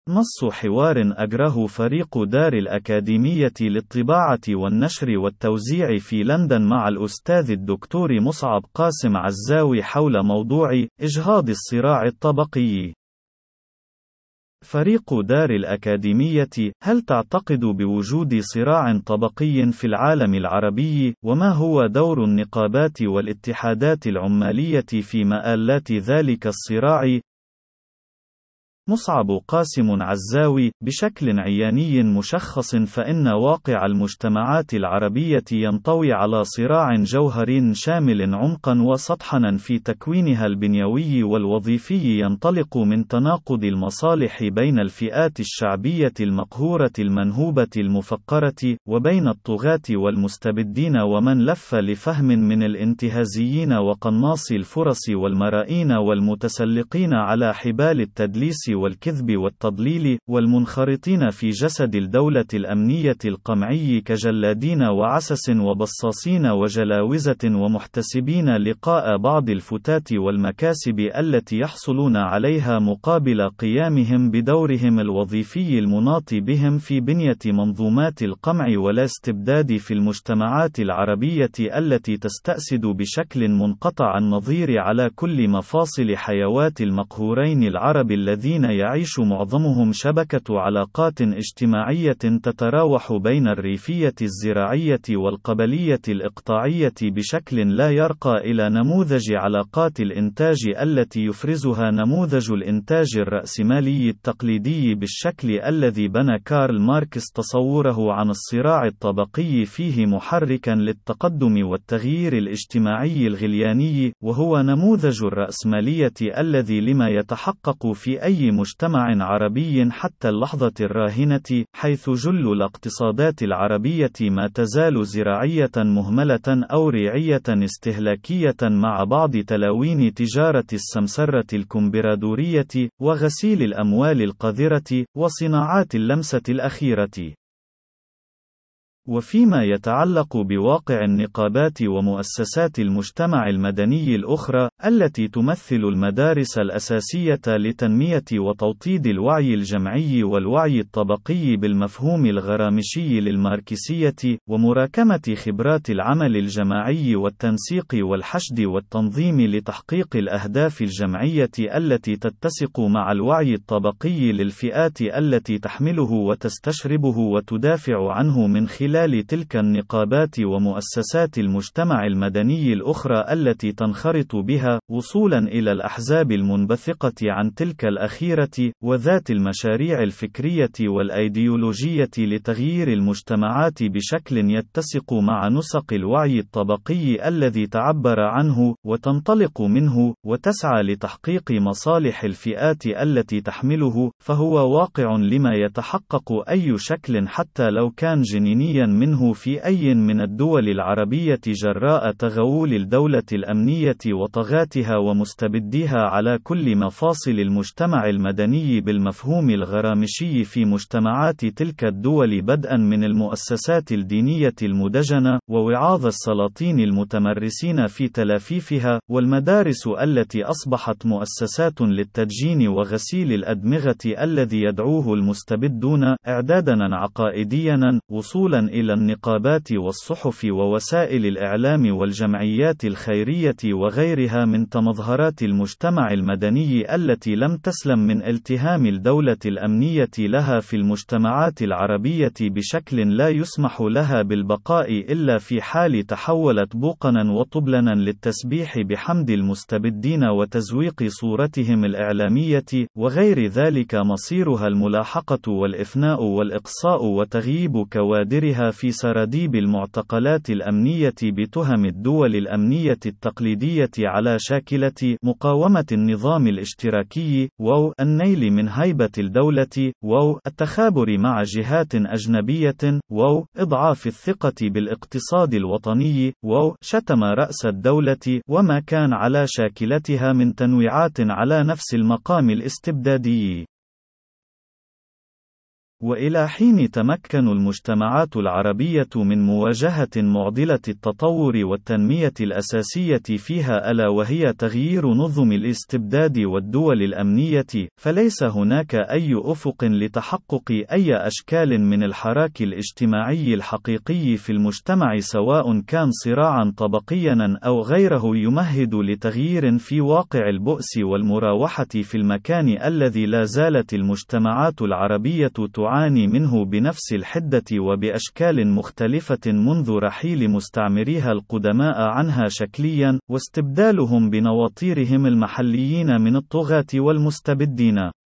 نص حوار أجره فريق دار الأكاديمية للطباعة والنشر والتوزيع في لندن مع الأستاذ الدكتور مصعب قاسم عزاوي حول موضوع إجهاض الصراع الطبقي. فريق دار الأكاديمية: هل تعتقد بوجود صراع طبقي في العالم العربي؟ وما هو دور النقابات والاتحادات العمالية في مآلات ذلك الصراع؟ مصعب قاسم عزاوي: بشكل عياني مشخص فإن واقع المجتمعات العربية ينطوي على صراع جوهري شامل عمقا وسطحنا في تكوينها البنيوي والوظيفي، ينطلق من تناقض المصالح بين الفئات الشعبية المقهورة المنهوبة المفقرة، وبين الطغاة والمستبدين ومن لف لفهم من الانتهازيين وقناصي الفرص والمرائين والمتسلقين على حبال التدليس والكذب والتضليل، والمنخرطين في جسد الدولة الأمنية القمعي كجلادين وعسس وبصاصين وجلاوزة ومحتسبين لقاء بعض الفتات والمكاسب التي يحصلون عليها مقابل قيامهم بدورهم الوظيفي المناط بهم في بنية منظومات القمع والاستبداد في المجتمعات العربية التي تستأسد بشكل منقطع النظير على كل مفاصل حيوات المقهورين العرب الذين يعيش معظمهم شبكة علاقات اجتماعية تتراوح بين الريفية الزراعية والقبلية الإقطاعية بشكل لا يرقى إلى نموذج علاقات الإنتاج التي يفرزها نموذج الإنتاج الرأسمالي التقليدي بالشكل الذي بنى كارل ماركس تصوره عن الصراع الطبقي فيه محركا للتقدم والتغيير الاجتماعي الغلياني، وهو نموذج الرأسمالية الذي لما يتحقق في أي مجتمع عربي حتى اللحظة الراهنة، حيث جل الاقتصادات العربية ما تزال زراعية مهملة أو ريعية استهلاكية، مع بعض تلاوين تجارة السمسرة الكمبرادورية، وغسيل الأموال القذرة، وصناعات اللمسة الأخيرة. وفيما يتعلق بواقع النقابات ومؤسسات المجتمع المدني الأخرى، التي تمثل المدارس الأساسية لتنمية وتوطيد الوعي الجمعي والوعي الطبقي بالمفهوم الغرامشي للماركسية، ومراكمة خبرات العمل الجماعي والتنسيق والحشد والتنظيم لتحقيق الأهداف الجمعية التي تتسق مع الوعي الطبقي للفئات التي تحمله وتستشربه وتدافع عنه من خلال تلك النقابات ومؤسسات المجتمع المدني الأخرى التي تنخرط بها، وصولا إلى الأحزاب المنبثقة عن تلك الأخيرة، وذات المشاريع الفكرية والأيديولوجية لتغيير المجتمعات بشكل يتسق مع نسق الوعي الطبقي الذي تعبر عنه، وتنطلق منه، وتسعى لتحقيق مصالح الفئات التي تحمله، فهو واقع لما يتحقق أي شكل حتى لو كان جنينيا منه في أي من الدول العربية جراء تغول الدولة الأمنية وطغاتها ومستبديها على كل مفاصل المجتمع المدني بالمفهوم الغرامشي في مجتمعات تلك الدول، بدءا من المؤسسات الدينية المدجنة، ووعاظ السلاطين المتمرسين في تلافيفها، والمدارس التي أصبحت مؤسسات للتدجين وغسيل الأدمغة الذي يدعوه المستبدون، إعدادا عقائديا، وصولا إلى النقابات والصحف ووسائل الإعلام والجمعيات الخيرية وغيرها من تمظهرات المجتمع المدني التي لم تسلم من التهام الدولة الأمنية لها في المجتمعات العربية بشكل لا يسمح لها بالبقاء إلا في حال تحولت بوقنا وطبلنا للتسبيح بحمد المستبدين وتزويق صورتهم الإعلامية، وغير ذلك مصيرها الملاحقة والإفناء والإقصاء وتغييب كوادرها في سراديب المعتقلات الأمنية بتهم الدول الأمنية التقليدية على شاكلة مقاومة النظام الاشتراكي، النيل من هيبة الدولة، التخابر مع جهات أجنبية، إضعاف الثقة بالاقتصاد الوطني، شتم رأس الدولة وما كان على شاكلتها من تنويعات على نفس المقام الاستبدادي. وإلى حين تمكن المجتمعات العربية من مواجهة معضلة التطور والتنمية الأساسية فيها ألا وهي تغيير نظم الاستبداد والدول الأمنية، فليس هناك أي أفق لتحقق أي أشكال من الحراك الاجتماعي الحقيقي في المجتمع سواء كان صراعا طبقيا أو غيره يمهد لتغيير في واقع البؤس والمراوحة في المكان الذي لا زالت المجتمعات العربية تعاني منه بنفس الحدة وبأشكال مختلفة منذ رحيل مستعمريها القدماء عنها شكليا، واستبدالهم بنواطيرهم المحليين من الطغاة والمستبدين.